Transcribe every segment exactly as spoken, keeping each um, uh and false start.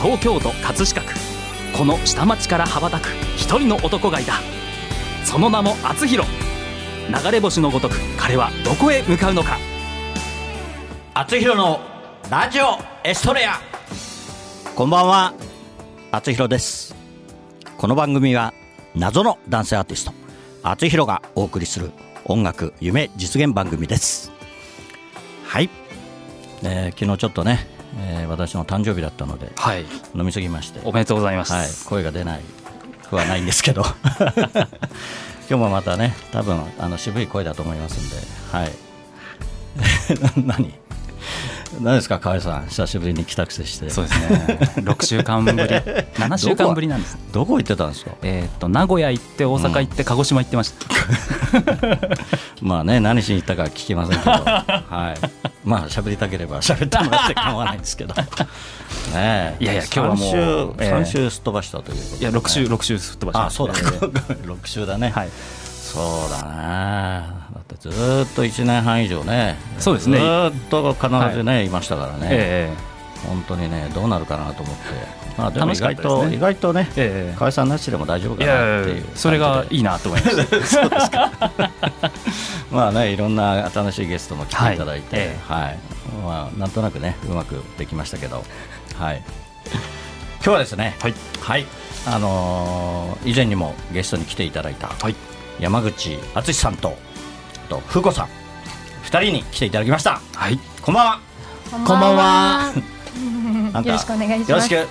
東京都葛飾区、この下町から羽ばたく一人の男がいた。その名も厚弘。流れ星のごとく彼はどこへ向かうのか。 厚弘のラジオエストレア。こんばんは、厚弘です。この番組は謎の男性アーティスト厚弘がお送りする音楽夢実現番組です。はい、えー、昨日ちょっとね、えー、私の誕生日だったので、はい、飲みすぎましておめでとうございます、 はい、声が出ないくはないんですけど今日もまたね、多分あの渋い声だと思いますんで、はい何何ですか河合さん、久しぶりに帰宅して。 そうですねろくしゅうかんぶりななしゅうかんぶりなんです。 どこ行ってたんですか。 えー、と名古屋行って大阪行って、うん、鹿児島行ってましたまあね、何しに行ったか聞きませんけど、はい、まあ喋りたければ喋ってもらって構わないんですけどね。 いやいや今日はもうさん週、えー、さん週すっ飛ばしたということで、ね、 いやろく週ろく週すっ飛ばした、 ね、あ、そうだろく週だね、はい、そうだね。だってずっといちねんはん以上ね、 そうですね、 ずっと必ずね、はい、いましたからね、えー、本当にね、どうなるかなと思って、まあ、でも意外と、ね、意外とね、えー、河合さんなしでも大丈夫かなっていう、いやそれがいいなと思いましたそうですかまあね、いろんな楽しいゲストも来ていただいて、はい、えーはい、まあ、なんとなくね、うまくできましたけど、はい、今日はですね、はいはい、あのー、以前にもゲストに来ていただいた、はい、山口敦さんとと風子さんふたりに来ていただきました。はい、こんばんは。 こんばんはよろしくお願いします。 よろしく、はい、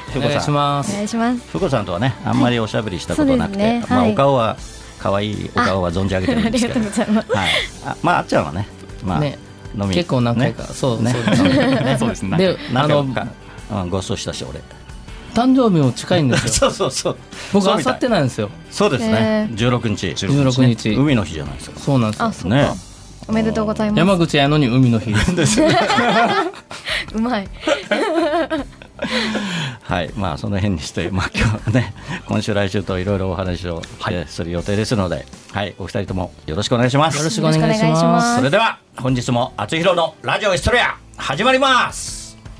風子さんお願いします。 お願いします。 風子さんとはね、あんまりおしゃべりしたことなくて、はい、ね、まあ、お顔は可愛いお顔は存じ上げてるんですけど、ありがとうございます。はい、あ、まあ、あっちゃんはね、まあね、飲み結構何回か、ね、そうね、 そうですね。 で、 あのご馳走したし、俺誕生日も近いんですよそうそうそう、 僕あさってなんですよ。 そうですね、じゅうろくにち、 じゅうろくにち、 海の日じゃないですか。 そうなんですよ。 あ、そうか、ね、おめでとうございます。 山口やのに海の日ですうまいはい、まあその辺にして、まあ今日ね、今週来週といろいろお話を、はい、する予定ですので、はい、お二人ともよろしくお願いします。 よろしくお願いします。 それでは本日も厚弘のラジオエストレア始まります。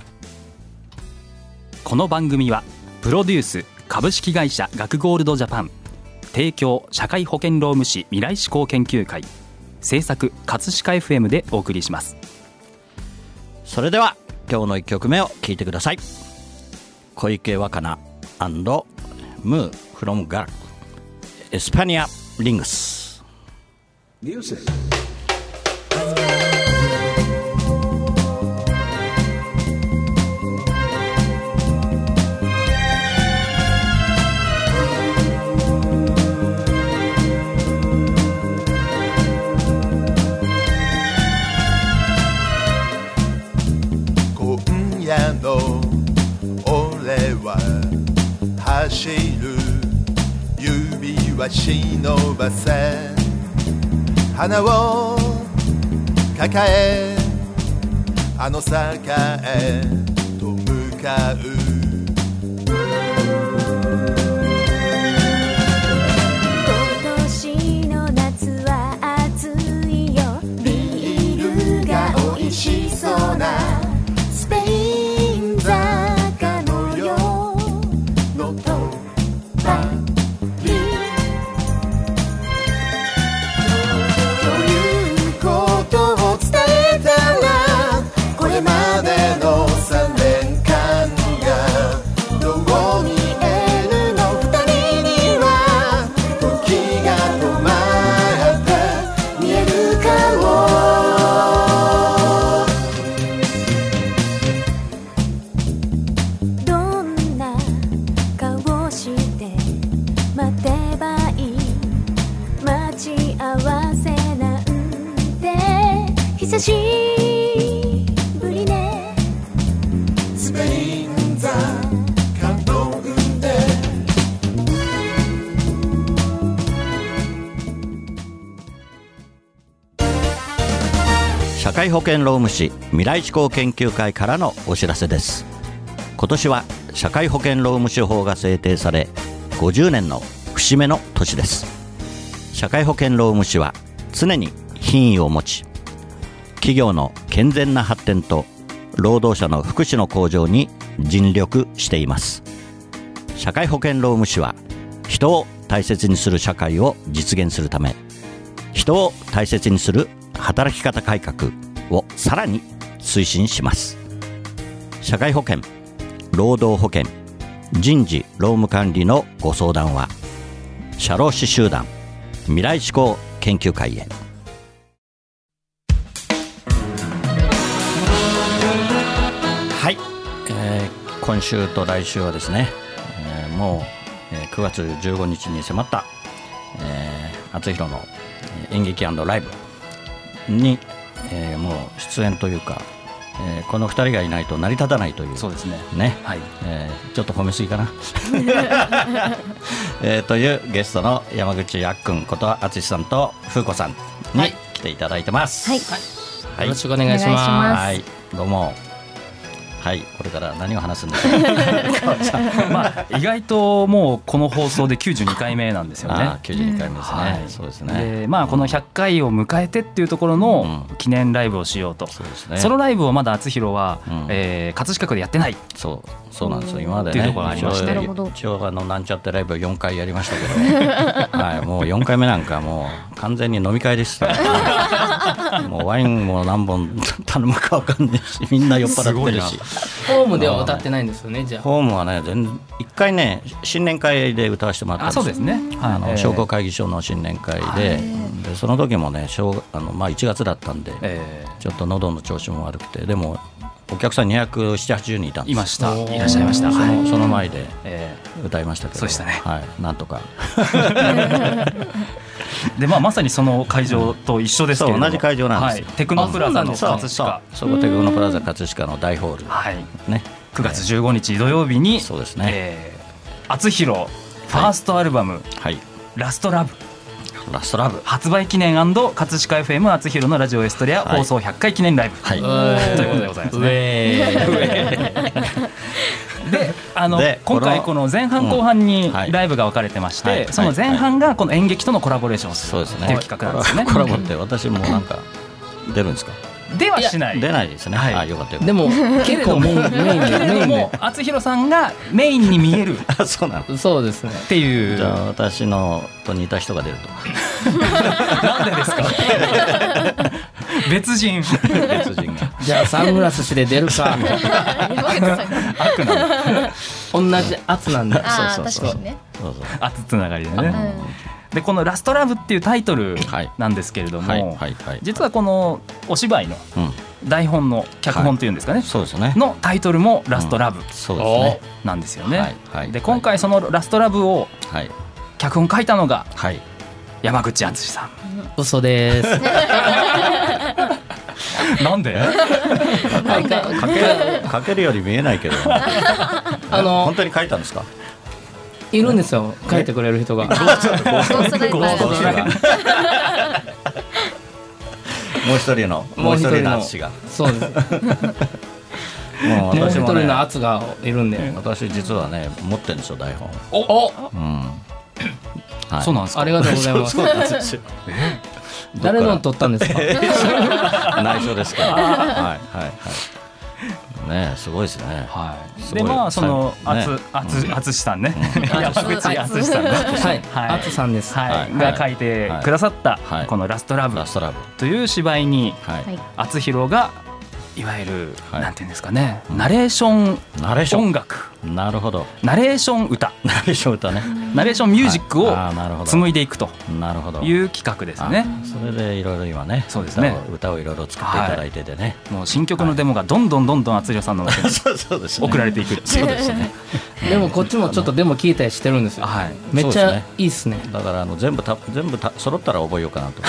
この番組はプロデュース株式会社学ゴールドジャパン、提供社会保険労務士未来志向研究会、制作葛飾 エフエム でお送りします。 それでは今日のいっきょくめを聴いてください。小池若菜&ムー from ガラクエスパニアリングスミュージック。 走る指は忍ばせ、花を抱えあの坂へと向かう。 今年の夏は暑いよ、ビールが美味しそうなスペイン坂のよのとばりということを伝えたら、これまでのさんねんかんがどう見えるの。ふたりには時が止まって見える顔。どんな顔して待てばいい、待ち合わせなんて久しぶりね。スペイン座感動運で社会保険労務士未来志向研究会からのお知らせです。今年は社会保険労務士法が制定されごじゅうねんの節目の年です。社会保険労務士は常に品位を持ち、企業の健全な発展と労働者の福祉の向上に尽力しています。社会保険労務士は人を大切にする社会を実現するため、人を大切にする働き方改革をさらに推進します。社会保険、労働保険、人事労務管理のご相談は社労士集団未来志向研究会へ。はい、えー、今週と来週はですね、えー、もう、えー、くがつじゅうごにちに迫った、えー、あつひろの演劇&ライブに、えー、もう出演というか、えー、このふたりがいないと成り立たないという。 そうですね。 ね、 はい、 えー、ちょっと褒めすぎかな、えー、というゲストの山口あっくんことあつしさんと風子さんに来ていただいてます。 はい、 はい、 よろしくお願いします。 はい、どうも。はい、これから何を話すんですか。 まあ、意外ともうこの放送できゅうじゅうにかいめなんですよね。 あきゅうじゅうにかいめですね、はい、そうですね。 で、まあ、このひゃっかいを迎えてっていうところの記念ライブをしようと、うん、そうですね、そのライブをまだあつひろは、うん、えー、葛飾区でやってない。 そう、そうなんですよ。今までね、 っていうところがありまして、 一応あのなんちゃってライブをよんかいやりましたけど、はい、もうよんかいめなんかもう完全に飲み会でした、ね、もうワインも何本頼むか分かんないし、みんな酔っ払ってるし。 ホームでは歌ってないんですよね。じゃあホームはね、全然一回ね、新年会で歌わせてもらったんですよ。 あ、そうですね、 あの商工会議所の新年会で、でその時もね、あの、まあ、いちがつだったんで、えー、ちょっと喉の調子も悪くて、でもお客さんにひゃくななじゅう、はちじゅうにんいたんです。 いました、いらっしゃいました。 その、 はい、 その前で歌いましたけど、 そうでしたね、 はい、なんとかで、まあ、まさにその会場と一緒ですけれども、 そう同じ会場なんです、はい、 テクノプラザの葛飾、 そこテクノプラザ葛飾の大ホール、 はいね、 くがつじゅうごにち土曜日に、 そうですね、 えー、あつひろファーストアルバム、 はい、 ラストラブラストラブ発売記念&葛飾 エフエム あつひろのラジオエストレア、はい、放送ひゃっかい記念ライブ、はい、ということでございますね。で、あので今回この前半後半にライブが分かれてまして、うん、はい、その前半がこの演劇とのコラボレーションをするっていう企画なんですよね。 コラボって私もなんか出るんですか。 ではしない、 出ないですね、はい、あ、よかったよ。 でも結構メインメインでメインであつひろさんがメインに見えるあ、そうなの。 そうですね。 っていう。 じゃあ私のと似た人が出るとなんでですか。別人別人が。 じゃあサングラスして出るか。 悪なの。 同じ圧なんだ。 あ、 そうそうそう、 確かにね、 圧つながりでね。で、このラストラブっていうタイトルなんですけれども、実はこのお芝居の台本の脚本というんですかね、 そうですね、 のタイトルもラストラブなんですよね。で、今回そのラストラブを脚本書いたのが山口敦さん。 嘘です。 なんで書けるより見えないけど、あの本当に書いたんですか。 いるんですよ、書いてくれる人が。もう一人のもう一人の圧が。そうです。 もう一人の圧がいるんで。 私実はね、持ってるんですよ、台本。 お、 うん、 はい、そうなんですか。 ありがとうございます。誰の撮ったんですか。 内緒ですから。はいはいはい。ね、すごいですね。 はい。で、まあそのあつあつあつしさんね、山口あつしさんね、 はい、あつさんです。 はい。が書いてくださったこのラストラブという芝居に、あつひろがいわゆるなんていうんですかね、ナレーション音楽。 なるほど。 ナレーション歌。 ナレーション歌ね。 ナレーションミュージックを紡いでいくという企画ですね。 それでいろいろ今ね、そうですね、歌をいろいろ作っていただいててね、 もう新曲のデモがどんどんどんどんあつひろさんの方に送られていく。 そうですね。 でもこっちもちょっとデモ聞いたりしてるんですよ。めっちゃいいっすね。 だからあの全部た全部た揃ったら覚えようかなと。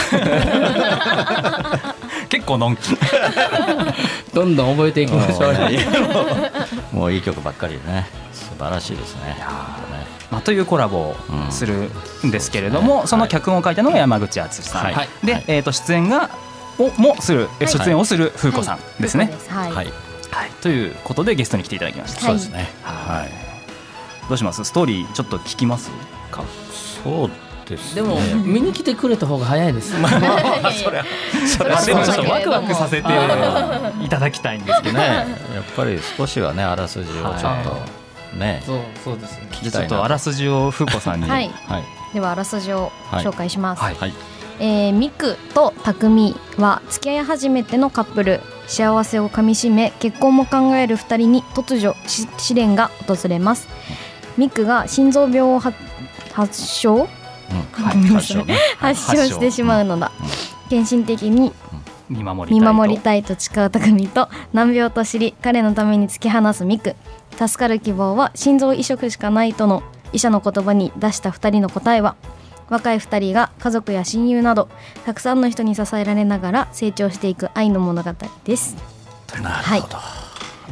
結構のんき。 どんどん覚えていきましょう。 もういい曲ばっかりでね、素晴らしいですね。 まあ、というコラボをするんですけれども、うん、 そ, ね、その脚本を書いたのが山口敦さん、はい、で、はい、えー、と出演がをもする、はい、出演をする風子さんですね。 はい、 はいはい、ということでゲストに来ていただきました。 そうですね。 はい、どうします？ストーリーちょっと聞きますか？ そうですね、でも見に来てくれた方が早いですまあまあそれはそれはでもちょっとワクワクさせていただきたいんですけどねやっぱり少しはねあらすじをちょっと、はいね、 そうそうですね。 聞きたいな。 ちょっとあらすじをふうこさんに、 はいはい、ではあらすじを紹介します、はいはい、えー、ミクとタクミは付き合い始めてのカップル。幸せをかみしめ結婚も考えるふたりに突如試練が訪れます。ミクが心臓病を発症、うんはい、発症ね、発症してしまうのだ、うん、献身的に見守りたいと、見守りたいと誓うタクミと難病と知り彼のために突き放すミク。助かる希望は心臓移植しかないとの医者の言葉に出したふたりの答えは、若いふたりが家族や親友などたくさんの人に支えられながら成長していく愛の物語です。 なるほど、はい、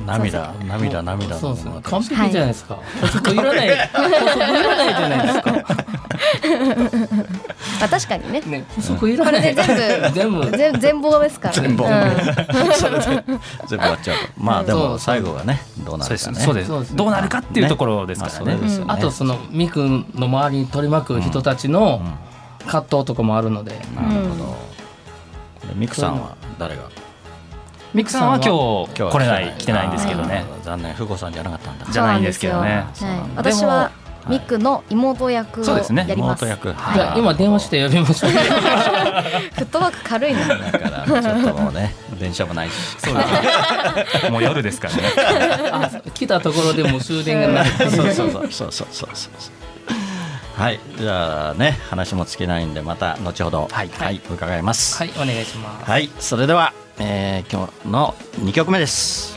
涙涙涙のそうそう、完璧じゃないですか、はい、補足いらない補足いらないじゃないですかあ、確かに ね, ね補足いらない、これで全部全部全貌ですから、ね、 全貌、うん、それで全部終わっちゃうとまあでも最後がねどうなるかね、 そうですそうです、どうなるかっていうところですからね、 ね、まあ、ね、 あとそのミクの周りに取り巻く人たちの葛藤とかもあるので、 うんうん、なるほど。これミクさんは誰が？ ミクさんは今日来れない来てないんですけどね、 残念、ふごさんじゃなかったんだ。 じゃないんですけどね、 はい、私はミクの妹役をやります。そうですね、 妹役、 はい、 じゃあ今電話して呼びましょうフットワーク軽いなだからちょっともうね電車もないしそうですねもう夜ですからねあ、来たところでもう終電がないそうそうそうそうそうそうそうはい、じゃあね話も尽きないんでまた後ほど、はいはい、伺います。 はい、お願いします。 はい、それでは、えー、今日のにきょくめです、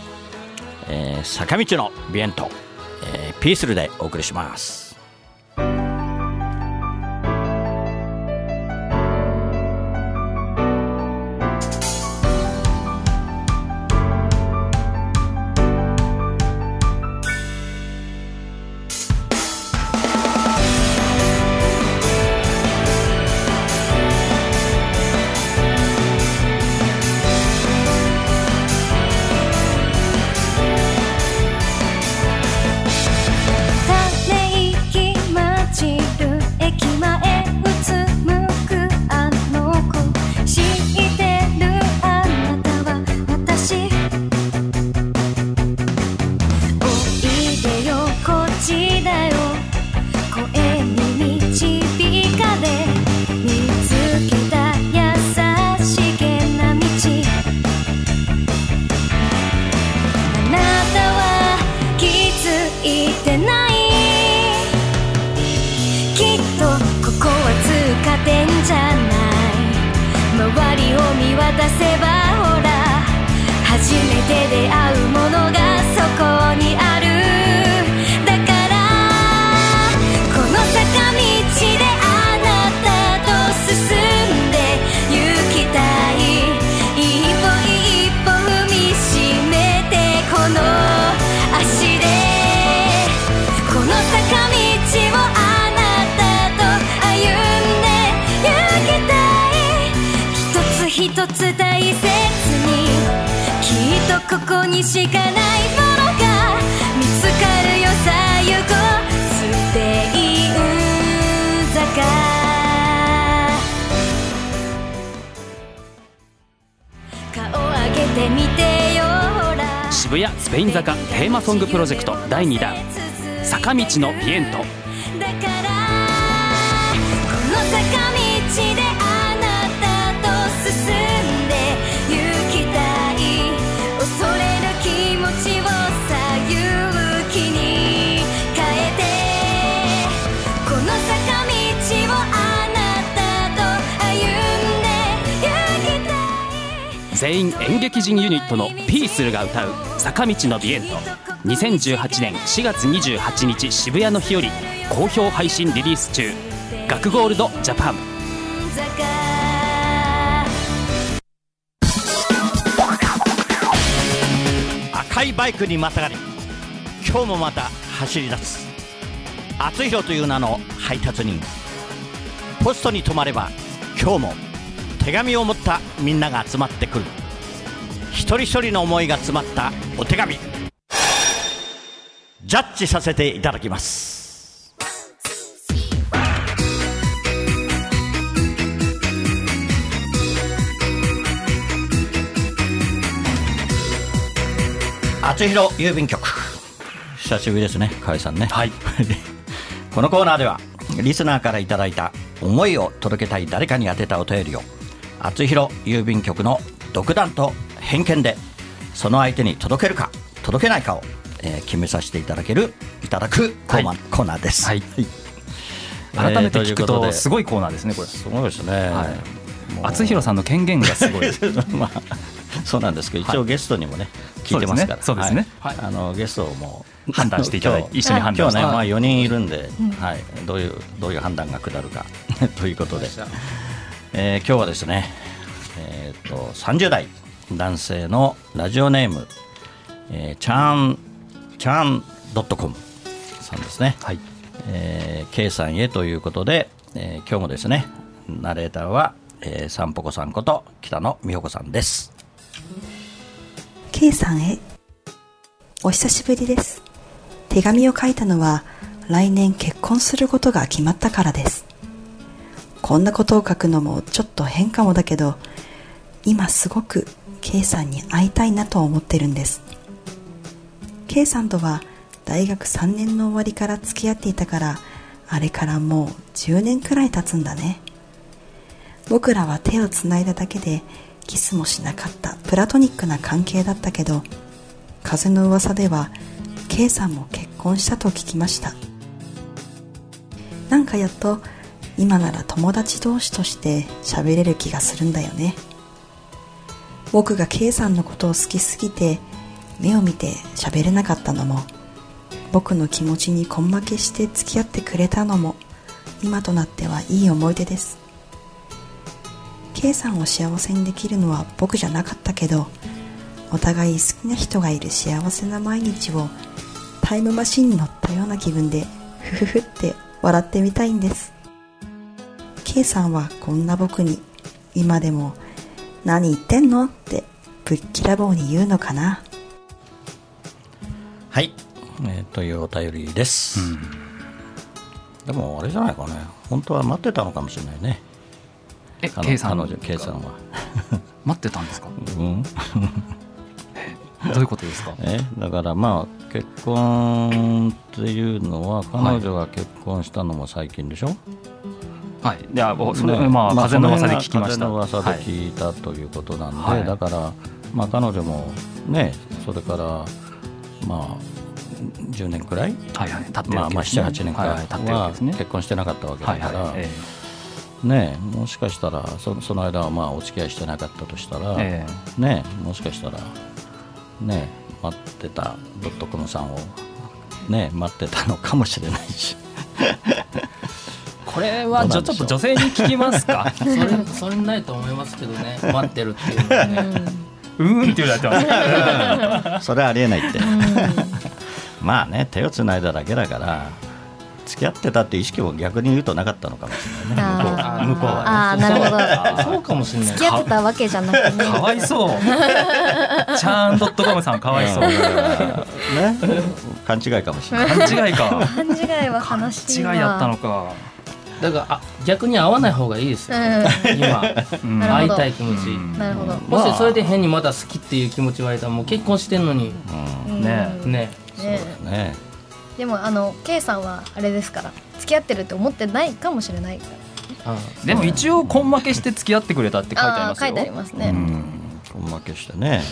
えー、坂道のビエント、えー、ピースルでお送りします。 ここにしかないものが見つかるよ、さあ行こうスペイン坂。顔上げてみてよほら。 渋谷スペイン坂テーマソングプロジェクトだいにだん坂道のビエント。 だからこの坂道であなたと進んで行きたい。恐れる気持ちをさ勇気に変えて、この坂道をあなたと歩んで行きたい。 全員演劇人ユニットのピースルが歌う坂道のビエント。にせんじゅうはちねんしがつにじゅうはちにち渋谷の日より好評配信リリース中。学ゴールドジャパン。 赤いバイクにまたがり今日もまた走り出す厚弘という名の配達人。ポストに止まれば今日も手紙を持ったみんなが集まってくる。一人一人の思いが詰まったお手紙、ジャッジさせていただきます。 厚弘郵便局、久しぶりですね河合さんね。 はいこのコーナーではリスナーからいただいた思いを届けたい誰かに宛てたお便りを厚弘郵便局の独断と偏見でその相手に届けるか届けないかを、えー、決めさせていただけるいただくコーナー、はい、コーナーです、はいはい、改めて聞くとすごいコーナーですねこれ。 すごいですね、はい、 厚弘さんの権限がすごいまあそうなんですけど一応ゲストにもね、はい、聞いてますから、 そうですね、 はい、あのゲストも判断していただいて一緒に判断して、 今日ね、まあ、よにんいるんで、はい、どういうどういう判断が下るかということで、えー、今日はですね、えー、とさんじゅう代男性のラジオネーム、えー、チャーンチャーン .com さんですね、はい、えー、K さんへということで、えー、今日もですねナレーターは、えー、さんぽこさんこと北野美穂子さんです。 K さんへお久しぶりです。手紙を書いたのは来年結婚することが決まったからです。こんなことを書くのもちょっと変かもだけど今すごく K さんに会いたいなと思ってるんです。 K さんとは大学さんねんの終わりから付き合っていたからあれからもうじゅうねんくらい経つんだね。僕らは手をつないだだけでキスもしなかったプラトニックな関係だったけど風の噂では K さんも結婚したと聞きました。なんかやっと今なら友達同士として喋れる気がするんだよね。僕が K さんのことを好きすぎて目を見て喋れなかったのも僕の気持ちに根負けして付き合ってくれたのも今となってはいい思い出です。 K さんを幸せにできるのは僕じゃなかったけどお互い好きな人がいる幸せな毎日をタイムマシンに乗ったような気分でふふふって笑ってみたいんです。 K さんはこんな僕に今でも何言ってんのってぶっきらぼうに言うのかな。 はい、えー、というお便りです、うん、でもあれじゃないかね、本当は待ってたのかもしれないね。 え、K さん彼女 K さんは待ってたんですか？ うんどういうことですか？ えだからまあ結婚っていうのは彼女が結婚したのも最近でしょ。 はい、いやそれ、ね、まあ風の噂で聞きました。 風の噂で聞いたということなんで、はい、だからまあ彼女もねそれからまあじゅうねんくらい、 はいはい、経ってるわけですね。 まあまあなな、はちねんくらいは結婚してなかったわけだから、はいはい、えー、ねもしかしたら そ, その間はまあお付き合いしてなかったとしたら、えー、ねもしかしたらね待ってたドットコムさんをね待ってたのかもしれないしこれはちょっと女性に聞きますか？ それそれないと思いますけどね、待ってるっていうのはねうーんって言われてます、 それはありえないってまあね手をつないだだけだから付き合ってたって意識を逆に言うとなかったのかもしれないね。向こう向こうはね。 ああなるほど。 そうかもしれない。 付き合ってたわけじゃなくてね。 かわいそう。チャーンドットコムさんかわいそう。ね、 勘違いかもしれない。 勘違いか。 勘違いは悲しいわ。 勘違いやったのか。 だからあ逆に会わない方がいいですよ、うん、今、うん、会いたい気持ち、うん、 なるほど。 もしそれで変にまだ好きっていう気持ち言われたらもう結婚してんのに、 うん、ねえねえそうだね。 でもあの K さんはあれですから付き合ってるって思ってないかもしれないから、 ああでも一応根負けして付き合ってくれたって書いてありますよ。 あ書いてありますね。 根負けしてね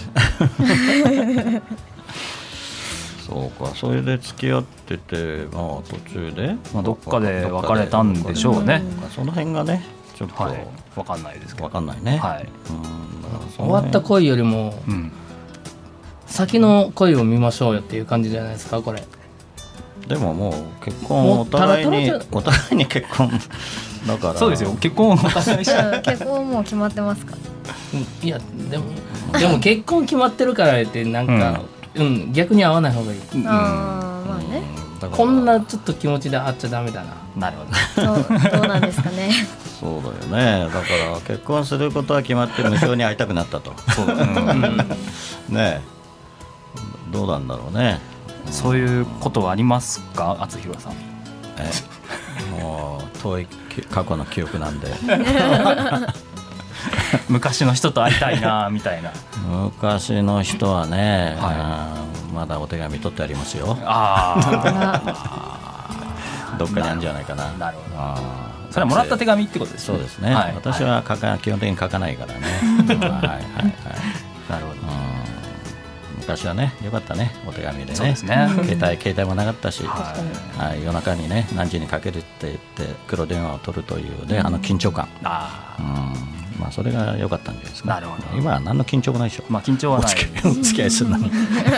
そうか、それで付き合ってて、まあ、途中で、 まあ、どっかで別れたんでしょうね。 その辺がねちょっと、はい、 分かんないですけど分かんないね、 はい、 うん終わった恋よりも、うん、先の恋を見ましょうよっていう感じじゃないですかこれ。 でももう結婚お互いにお互いに結婚だからそうですよ、結婚結婚もう決まってますか？ いやでもでも結婚決まってるからってなんか、うんうん、逆に会わない方がいい。 あ、まあね、 こんなちょっと気持ちで会っちゃダメだな。なるほど。 どう、どうなんですかね。 そうだよね。だから結婚することは決まって無償に会いたくなったと。そうだね。ねえ、どうなんだろうね。 そういうことはありますか、厚弘さん。 えもう遠い過去の記憶なんで昔の人と会いたいなみたいな。 昔の人はね、はい、まだお手紙取ってありますよ。 あどっかにあるんじゃないかな。 なるほど。あそれはもらった手紙ってことですね。 そうですね、はい、私は書か基本的に書かないからね。はいはいはい、 なるほど。 昔はね、よかったね、お手紙でね。 そうですね。 携帯携帯もなかったし、はいはい、夜中にね何時にかけるって言って黒電話を取るというね、うん、あの緊張感。あ、うん、まあそれが良かったんじゃないですか。 なるほど。 今は何の緊張もないでしょ。 まあ緊張はない。 お付き合いするのに。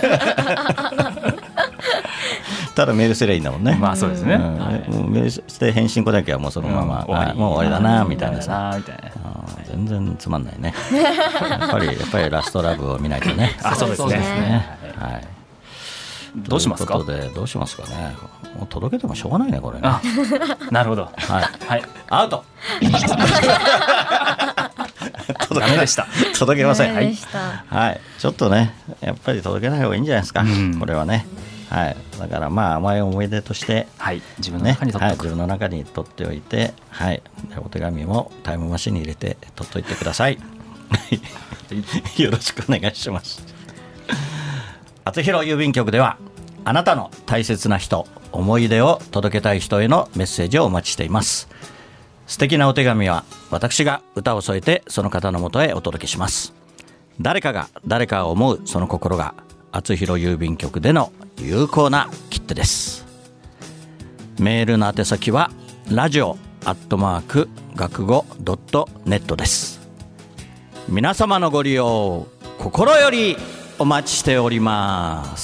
ただメールすればいいんだもんね。 まあそうですね。うん、 もうメールして返信来なきゃもうそのまま、うん、あもう終わりだなみたいなさ。全然つまんないね。やっぱりやっぱりラストラブを見ないとね。 あ、そうですね。 はい。 どうしますか。 ということでどうしますかね。もう届けてもしょうがないねこれね。 なるほど。 はいはい。アウト。 ダメでした。 届けません。はい。はい。ちょっとねやっぱり届けない方がいいんじゃないですか。うん、これはね。はい、だからまあ甘い思い出として、 はい、自分の中に取っておく、ね、はい、 自分の中に取っておいて、はい、お手紙もタイムマシンに入れて取っといてください。よろしくお願いします。あつひろ郵便局ではあなたの大切な人、思い出を届けたい人へのメッセージをお待ちしています。素敵なお手紙は私が歌を添えてその方のもとへお届けします。誰かが誰かを思うその心があつひろ郵便局での有効な切手です。メールの宛先はラジオアットマーク学語ドットネットです。皆様のご利用心よりお待ちしております。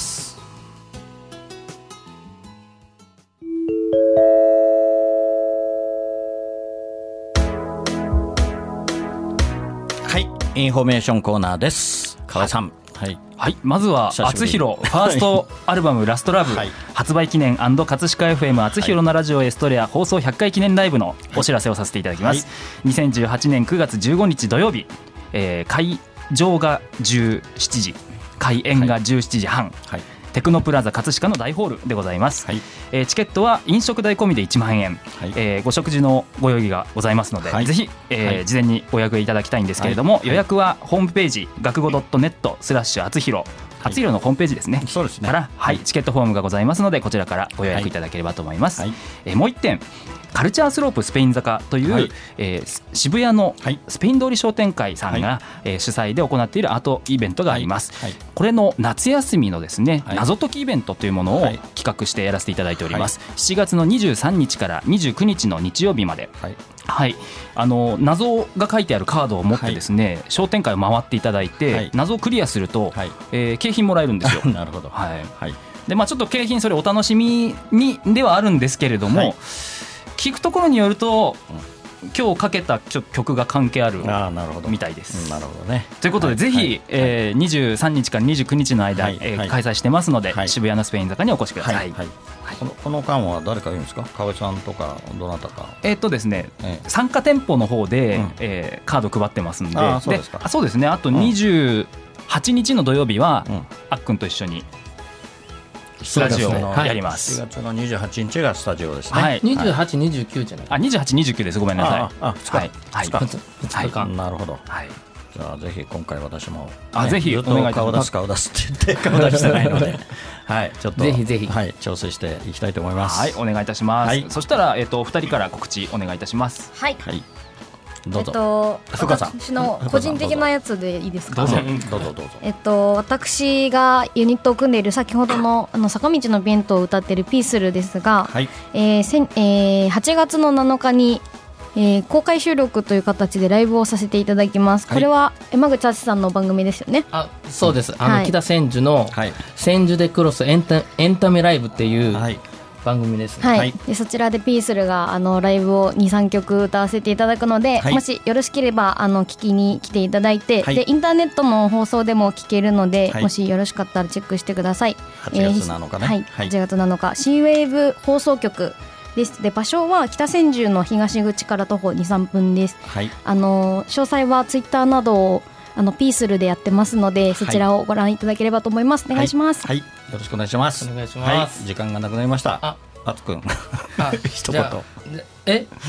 はい、インフォメーションコーナーです。河合さん、はい、 はい、まずはあつひろファーストアルバムラストラブ、はい、発売記念&葛飾 エフエム あつひろのラジオエストレア放送ひゃっかい記念ライブのお知らせをさせていただきます。はい、にせんじゅうはちねんくがつじゅうごにち土曜日、えー、会場がじゅうしちじ、開演がじゅうしちじはん、はい、テクノプラザ葛飾の大ホールでございます。はい、えー、チケットは飲食代込みでいちまんえん、はい、えー、ご食事のご用意がございますので、はい、ぜひ、えーはい、事前にご予約いただきたいんですけれども、はい、予約はホームページ学語 .net スラッシュあつひろあつひろのホームページですね、 そうですね、 から、はい、チケットフォームがございますのでこちらからご予約いただければと思います。はい、えー、もういってんカルチャースロープスペイン坂という、はい、えー、渋谷のスペイン通り商店会さんが、はい、えー、主催で行っているアートイベントがあります。はいはい、これの夏休みのですね、はい、謎解きイベントというものを企画してやらせていただいております。はい、しちがつのにじゅうさんにちからにじゅうくにちの日曜日まで、はいはい、あの謎が書いてあるカードを持ってですね、はい、商店会を回っていただいて、はい、謎をクリアすると、はい、えー、景品もらえるんですよ。 なるほど、 はいはい、でまあ、ちょっと景品それお楽しみにではあるんですけれども、はい、聞くところによると、うん、今日かけた曲が関係あるみたいです。 なるほどね。 ということで、はい、ぜひ、はい、えー、にじゅうさんにちからにじゅうくにちの間、はい、えーはい、開催してますので、はい、渋谷のスペイン坂にお越しください。はいはいはい、このこの間は誰かいるんですか。河合さんとかどなたか。 えーっとですね、えー、参加店舗の方で、うん、えー、カード配ってますんで、 あ、そうですか。 あ、そうですね。あとにじゅうはちにちの土曜日は、うん、あっくんと一緒にスタジオをやります。 しがつのにじゅうはちにちがスタジオですね。 はい、 にじゅうはち、にじゅうくじゃない。 あ、にじゅうはち、にじゅうくです。ごめんなさい。 ああ、ふつか、 はいはい、 ふつかかん、なるほど。 はい、 じゃあぜひ今回私も、ね、 あ、ぜひお願いします。 顔出す顔出すって言って顔出してないので、はい、ちょっとぜひぜひ、 はい、調整していきたいと思います。 はい、お願いいたします。はい、そしたら、えっと、お二人から告知お願いいたします。 はい。 はい、どうぞ。 えっと、 深さん、 私の個人的なやつでいいですか。 どうぞどうぞどうぞ。 えっと、私がユニットを組んでいる先ほどの、あの坂道の弁当を歌っているピースルですが、はい、えーせんえー、はちがつのなのかに、えー、公開収録という形でライブをさせていただきます。はい、これは山口敦さんの番組ですよね。 あ、そうです。あの、はい、北千住の千住でクロスエンタ、エンタメライブっていう、はい、番組です、ね。 はい、でそちらでピースルがあのライブを にさんきょく歌わせていただくので、はい、もしよろしければあの聞きに来ていただいて、はい、でインターネットの放送でも聞けるので、はい、もしよろしかったらチェックしてください。 はちがつなのかね、 えーはいはい、はちがつなのか シーウェーブ放送局です。で場所は北千住の東口から徒歩 にさんぷんです。はい、あの詳細はツイッターなどをあのピースルでやってますので、そちらをご覧いただければと思います。お願いします。 はい、はい、よろしくお願いします。 お願いします。 はい、時間がなくなりました。あ、あつくん一言。 え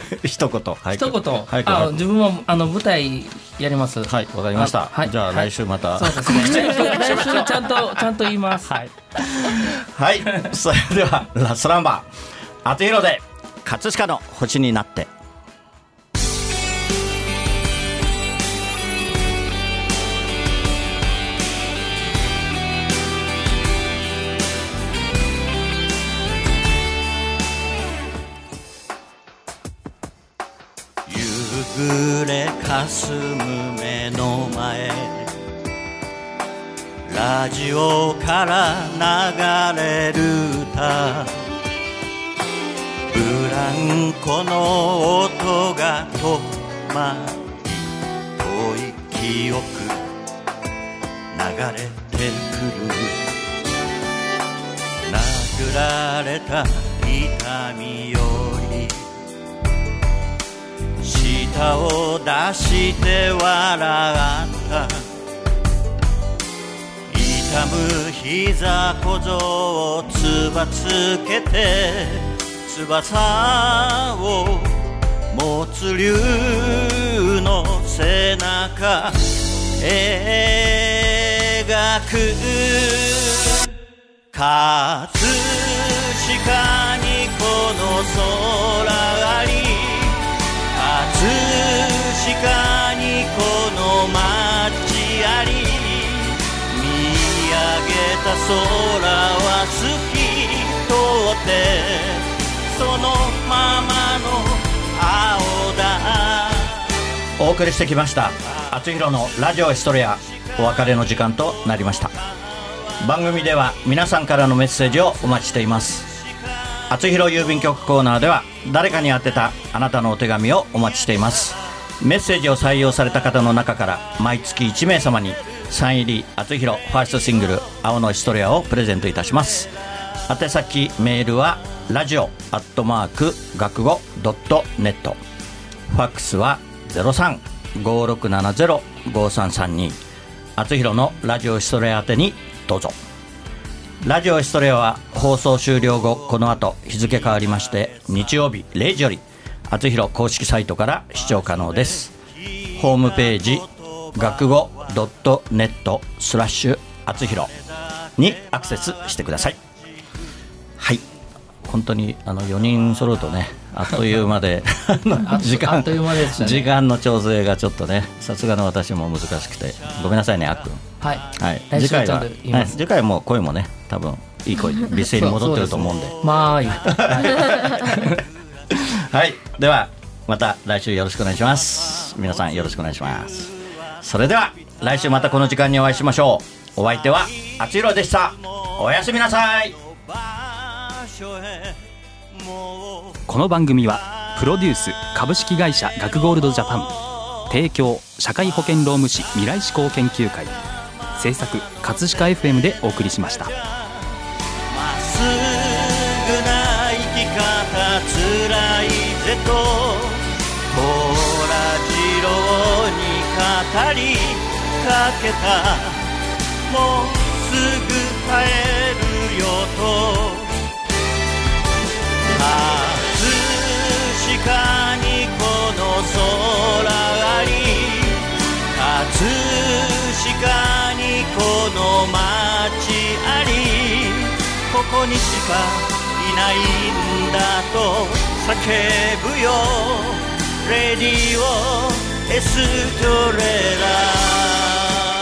一言、 はい、一言、はい、あ自分もあの舞台やります。 はい、わかりました。はい、じゃあ来週また、 はい、そうですね。来週ちゃんとちゃんと言います。はい、 はい、それではラストナンバー、あつひろで葛飾の星になって。夕暮れ霞む目の前、ラジオから流れる歌、ブランコの音が止まり、遠い記憶流れてくる、殴られた痛みより舌を出して笑った痛む膝小僧をつばつけて翼を持つ竜の背中描く葛飾にこの空あり、葛飾にこの街あり、見上げた空は透き通ってそのままの青だ。お送りしてきましたあつひろのラジオエストレア、お別れの時間となりました。番組では皆さんからのメッセージをお待ちしています。あつひろ郵便局コーナーでは誰かに宛てたあなたのお手紙をお待ちしています。メッセージを採用された方の中から毎月いち名様にサイン入りあつひろファーストシングル青のエストレアをプレゼントいたします。宛先メールはラジオアットマーク学語ドットネット、ファックスは ゼロさん ごーろくななゼロ ごさんさんに、あつひろのラジオエストレア宛てにどうぞ。ラジオエストレアは放送終了後、この後日付変わりまして日曜日れいじよりあつひろ公式サイトから視聴可能です。ホームページ学語 .net スラッシュあつひろにアクセスしてください。はい、本当にあのよにん揃うとね、あっという間で時間、時間の調整がちょっとね、さすがの私も難しくてごめんなさいね、あっくん。 はい、 はい、次回は、はい、次回も声もね、多分いい声で美声に戻ってると思うんでまあいいはい、ではまた来週よろしくお願いします。皆さんよろしくお願いします。それでは来週またこの時間にお会いしましょう。お相手はあつひろでした。おやすみなさい。 この番組はプロデュース株式会社学ゴールドジャパン、提供社会保険労務士未来志向研究会、制作葛飾 エフエム でお送りしました。まっすぐな生き方つらいぜと虎次郎に語りかけた、もうすぐ帰るよと葛飾にこの空あり、葛飾にこの街あり、ここにしかいないんだと叫ぶよ、レディオエストレラ。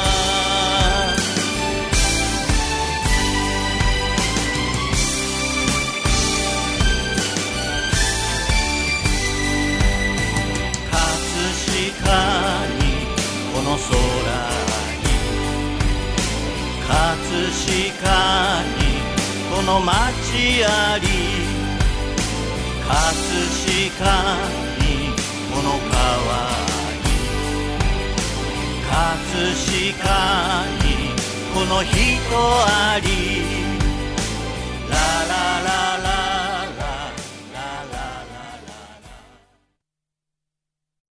この空に葛飾にこの街あり、葛飾にこの川に、葛飾にこの人あり、ラ